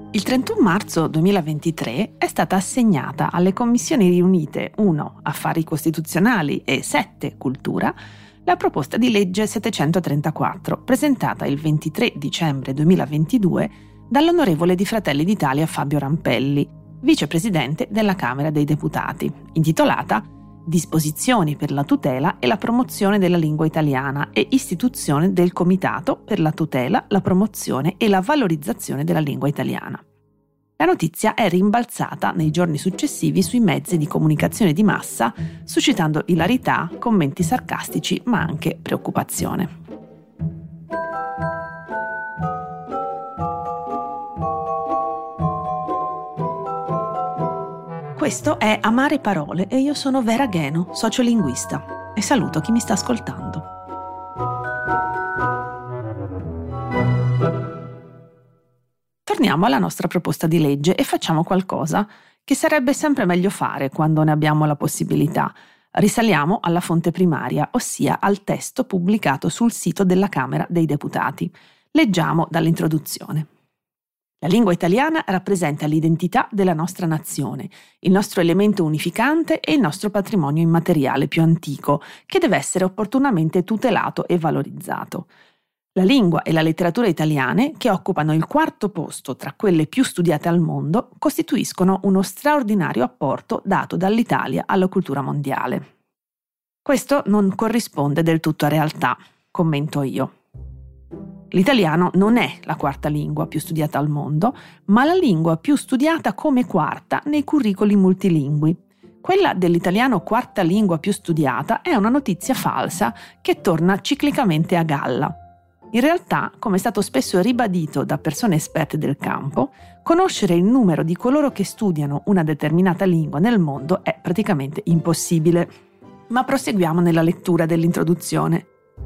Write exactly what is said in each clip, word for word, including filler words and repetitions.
Il trentuno marzo duemilaventitré è stata assegnata alle commissioni riunite uno Affari Costituzionali e sette Cultura la proposta di legge settecentotrentaquattro, presentata il ventitré dicembre duemilaventidue dall'onorevole di Fratelli d'Italia Fabio Rampelli, vicepresidente della Camera dei Deputati, intitolata Disposizioni per la tutela e la promozione della lingua italiana e istituzione del Comitato per la tutela, la promozione e la valorizzazione della lingua italiana. La notizia è rimbalzata nei giorni successivi sui mezzi di comunicazione di massa, suscitando ilarità, commenti sarcastici, ma anche preoccupazione. Questo è Amare Parole e io sono Vera Gheno, sociolinguista, e saluto chi mi sta ascoltando. Torniamo alla nostra proposta di legge e facciamo qualcosa che sarebbe sempre meglio fare quando ne abbiamo la possibilità. Risaliamo alla fonte primaria, ossia al testo pubblicato sul sito della Camera dei Deputati. Leggiamo dall'introduzione. La lingua italiana rappresenta l'identità della nostra nazione, il nostro elemento unificante e il nostro patrimonio immateriale più antico, che deve essere opportunamente tutelato e valorizzato. La lingua e la letteratura italiane, che occupano il quarto posto tra quelle più studiate al mondo, costituiscono uno straordinario apporto dato dall'Italia alla cultura mondiale. Questo non corrisponde del tutto a realtà, commento io. L'italiano non è la quarta lingua più studiata al mondo, ma la lingua più studiata come quarta nei curricoli multilingui. Quella dell'italiano quarta lingua più studiata è una notizia falsa che torna ciclicamente a galla. In realtà, come è stato spesso ribadito da persone esperte del campo, conoscere il numero di coloro che studiano una determinata lingua nel mondo è praticamente impossibile. Ma proseguiamo nella lettura dell'introduzione.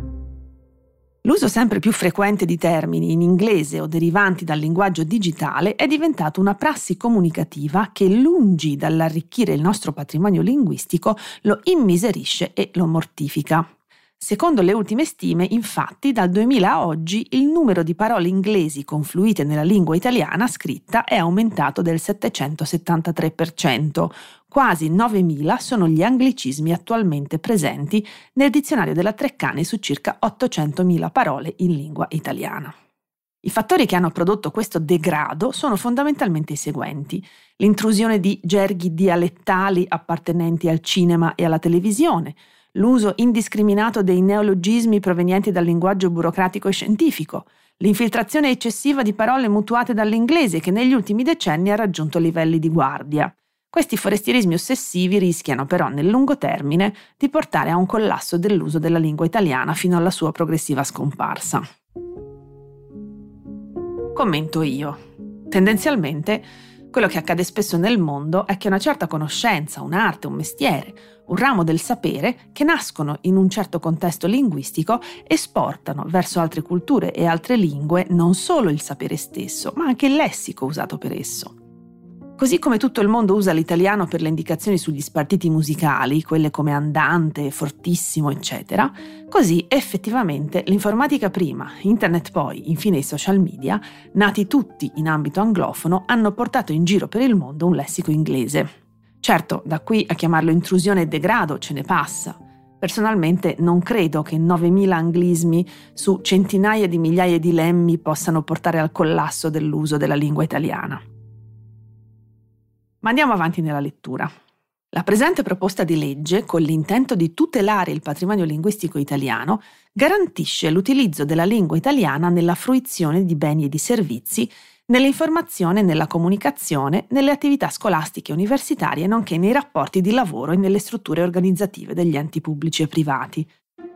L'uso sempre più frequente di termini in inglese o derivanti dal linguaggio digitale è diventato una prassi comunicativa che, lungi dall'arricchire il nostro patrimonio linguistico, lo immiserisce e lo mortifica. Secondo le ultime stime, infatti, dal duemila a oggi il numero di parole inglesi confluite nella lingua italiana scritta è aumentato del settecentosettantatré per cento. Quasi novemila sono gli anglicismi attualmente presenti nel dizionario della Treccani su circa ottocentomila parole in lingua italiana. I fattori che hanno prodotto questo degrado sono fondamentalmente i seguenti: l'intrusione di gerghi dialettali appartenenti al cinema e alla televisione, l'uso indiscriminato dei neologismi provenienti dal linguaggio burocratico e scientifico, l'infiltrazione eccessiva di parole mutuate dall'inglese che negli ultimi decenni ha raggiunto livelli di guardia. Questi forestierismi ossessivi rischiano però nel lungo termine di portare a un collasso dell'uso della lingua italiana fino alla sua progressiva scomparsa. Commento io. Tendenzialmente, quello che accade spesso nel mondo è che una certa conoscenza, un'arte, un mestiere, un ramo del sapere che nascono in un certo contesto linguistico esportano verso altre culture e altre lingue non solo il sapere stesso, ma anche il lessico usato per esso. Così come tutto il mondo usa l'italiano per le indicazioni sugli spartiti musicali, quelle come andante, fortissimo, eccetera, così effettivamente l'informatica prima, internet poi, infine i social media, nati tutti in ambito anglofono, hanno portato in giro per il mondo un lessico inglese. Certo, da qui a chiamarlo intrusione e degrado ce ne passa. Personalmente non credo che novemila anglismi su centinaia di migliaia di lemmi possano portare al collasso dell'uso della lingua italiana. Ma andiamo avanti nella lettura. La presente proposta di legge, con l'intento di tutelare il patrimonio linguistico italiano, garantisce l'utilizzo della lingua italiana nella fruizione di beni e di servizi, nell'informazione, nella comunicazione, nelle attività scolastiche e universitarie, nonché nei rapporti di lavoro e nelle strutture organizzative degli enti pubblici e privati.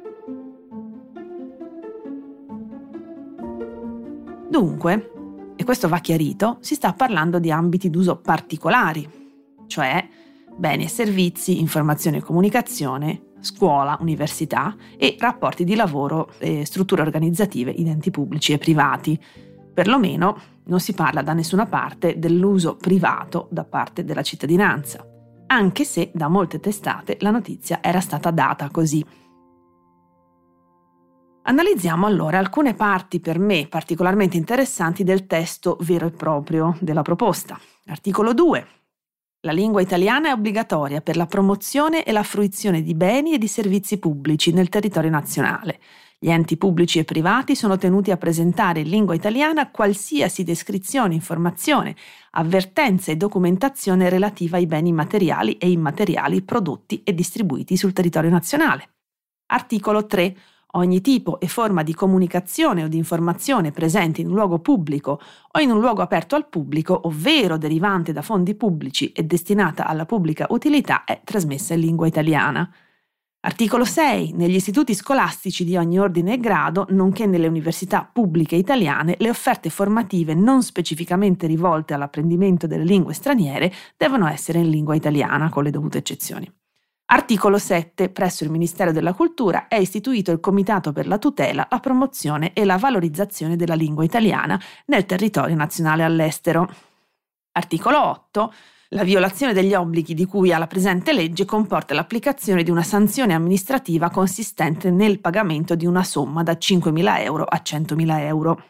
Dunque, e questo va chiarito, si sta parlando di ambiti d'uso particolari, cioè beni e servizi, informazione e comunicazione, scuola, università e rapporti di lavoro e strutture organizzative in enti pubblici e privati. Perlomeno non si parla da nessuna parte dell'uso privato da parte della cittadinanza, anche se da molte testate la notizia era stata data così. Analizziamo allora alcune parti per me particolarmente interessanti del testo vero e proprio della proposta. Articolo due. La lingua italiana è obbligatoria per la promozione e la fruizione di beni e di servizi pubblici nel territorio nazionale. Gli enti pubblici e privati sono tenuti a presentare in lingua italiana qualsiasi descrizione, informazione, avvertenza e documentazione relativa ai beni materiali e immateriali prodotti e distribuiti sul territorio nazionale. Articolo tre. Ogni tipo e forma di comunicazione o di informazione presente in un luogo pubblico o in un luogo aperto al pubblico, ovvero derivante da fondi pubblici e destinata alla pubblica utilità, è trasmessa in lingua italiana. Articolo sei. Negli istituti scolastici di ogni ordine e grado, nonché nelle università pubbliche italiane, le offerte formative non specificamente rivolte all'apprendimento delle lingue straniere devono essere in lingua italiana, con le dovute eccezioni. Articolo sette. Presso il Ministero della Cultura è istituito il Comitato per la tutela, la promozione e la valorizzazione della lingua italiana nel territorio nazionale e all'estero. Articolo otto. La violazione degli obblighi di cui alla presente legge comporta l'applicazione di una sanzione amministrativa consistente nel pagamento di una somma da cinquemila euro a centomila euro.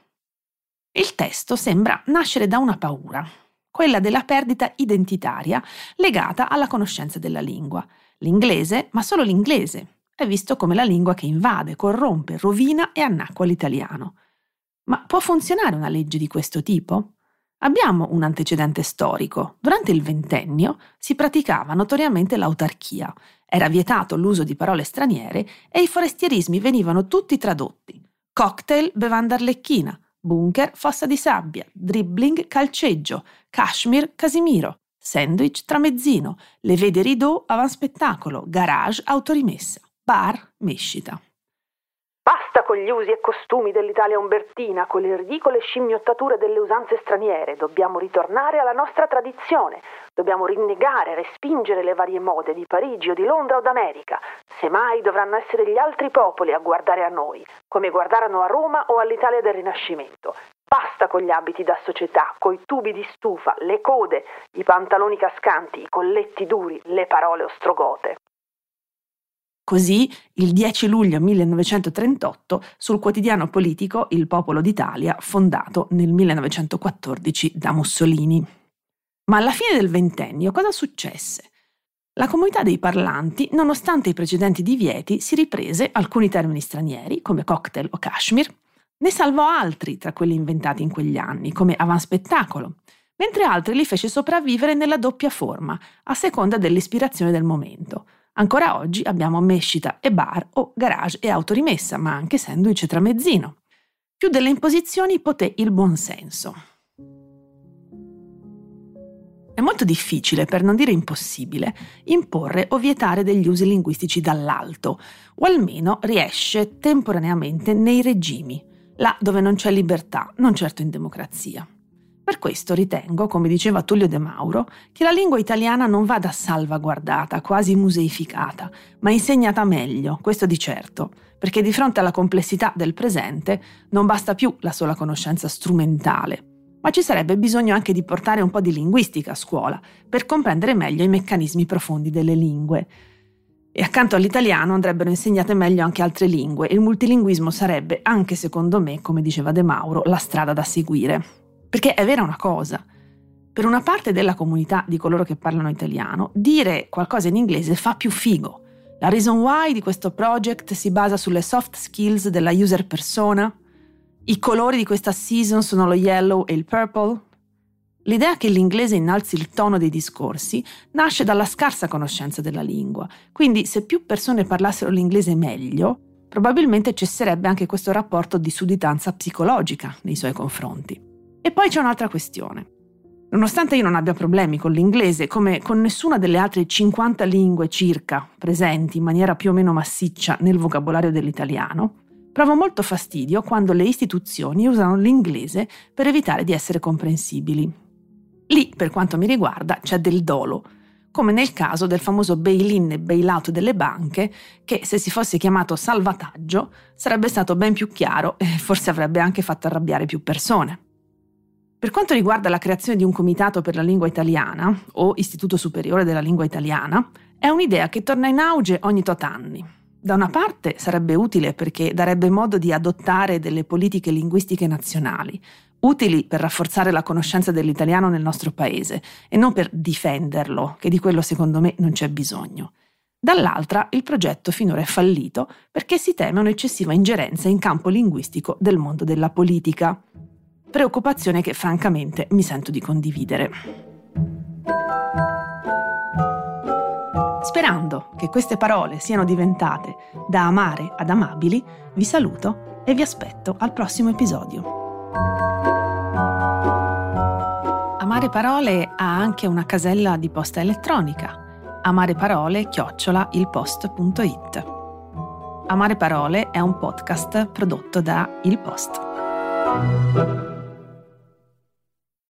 Il testo sembra nascere da una paura, quella della perdita identitaria legata alla conoscenza della lingua. L'inglese, ma solo l'inglese, è visto come la lingua che invade, corrompe, rovina e annacqua l'italiano. Ma può funzionare una legge di questo tipo? Abbiamo un antecedente storico. Durante il ventennio si praticava notoriamente l'autarchia, era vietato l'uso di parole straniere e i forestierismi venivano tutti tradotti. Cocktail, bevanda arlecchina, bunker, fossa di sabbia, dribbling, calceggio, cashmere, casimiro, sandwich, tramezzino, levé de rideau, avanspettacolo, garage, autorimessa, bar, mescita. Basta con gli usi e costumi dell'Italia umbertina, con le ridicole scimmiottature delle usanze straniere. Dobbiamo ritornare alla nostra tradizione. Dobbiamo rinnegare, respingere le varie mode di Parigi o di Londra o d'America. Semmai dovranno essere gli altri popoli a guardare a noi, come guardarono a Roma o all'Italia del Rinascimento. Basta con gli abiti da società, coi tubi di stufa, le code, i pantaloni cascanti, i colletti duri, le parole ostrogote. Così, il dieci luglio millenovecentotrentotto, sul quotidiano politico Il Popolo d'Italia, fondato nel millenovecentoquattordici da Mussolini. Ma alla fine del ventennio cosa successe? La comunità dei parlanti, nonostante i precedenti divieti, si riprese alcuni termini stranieri, come cocktail o cashmere, ne salvò altri tra quelli inventati in quegli anni, come avanspettacolo, mentre altri li fece sopravvivere nella doppia forma, a seconda dell'ispirazione del momento. Ancora oggi abbiamo mescita e bar o garage e autorimessa, ma anche sandwich e tramezzino. Più delle imposizioni poté il buonsenso. È molto difficile, per non dire impossibile, imporre o vietare degli usi linguistici dall'alto, o almeno riesce temporaneamente nei regimi, là dove non c'è libertà, non certo in democrazia. Per questo ritengo, come diceva Tullio De Mauro, che la lingua italiana non vada salvaguardata, quasi museificata, ma insegnata meglio, questo di certo, perché di fronte alla complessità del presente non basta più la sola conoscenza strumentale, ma ci sarebbe bisogno anche di portare un po' di linguistica a scuola, per comprendere meglio i meccanismi profondi delle lingue. E accanto all'italiano andrebbero insegnate meglio anche altre lingue, e il multilinguismo sarebbe, anche secondo me, come diceva De Mauro, la strada da seguire. Perché è vera una cosa, per una parte della comunità di coloro che parlano italiano, dire qualcosa in inglese fa più figo. La reason why di questo project si basa sulle soft skills della user persona. I colori di questa season sono lo yellow e il purple. L'idea che l'inglese innalzi il tono dei discorsi nasce dalla scarsa conoscenza della lingua, quindi se più persone parlassero l'inglese meglio, probabilmente cesserebbe anche questo rapporto di sudditanza psicologica nei suoi confronti. E poi c'è un'altra questione. Nonostante io non abbia problemi con l'inglese, come con nessuna delle altre cinquanta lingue circa presenti in maniera più o meno massiccia nel vocabolario dell'italiano, provo molto fastidio quando le istituzioni usano l'inglese per evitare di essere comprensibili. Lì, per quanto mi riguarda, c'è del dolo, come nel caso del famoso bail-in e bail-out delle banche, che se si fosse chiamato salvataggio sarebbe stato ben più chiaro e forse avrebbe anche fatto arrabbiare più persone. Per quanto riguarda la creazione di un comitato per la lingua italiana, o Istituto Superiore della Lingua Italiana, è un'idea che torna in auge ogni tot anni. Da una parte sarebbe utile perché darebbe modo di adottare delle politiche linguistiche nazionali, utili per rafforzare la conoscenza dell'italiano nel nostro paese e non per difenderlo, che di quello secondo me non c'è bisogno. Dall'altra, il progetto finora è fallito perché si teme un'eccessiva ingerenza in campo linguistico del mondo della politica. Preoccupazione che francamente mi sento di condividere. Sperando che queste parole siano diventate da amare ad amabili, vi saluto e vi aspetto al prossimo episodio. Amare Parole ha anche una casella di posta elettronica. amareparole chiocciola ilpost.it. Amare Parole è un podcast prodotto da Il Post.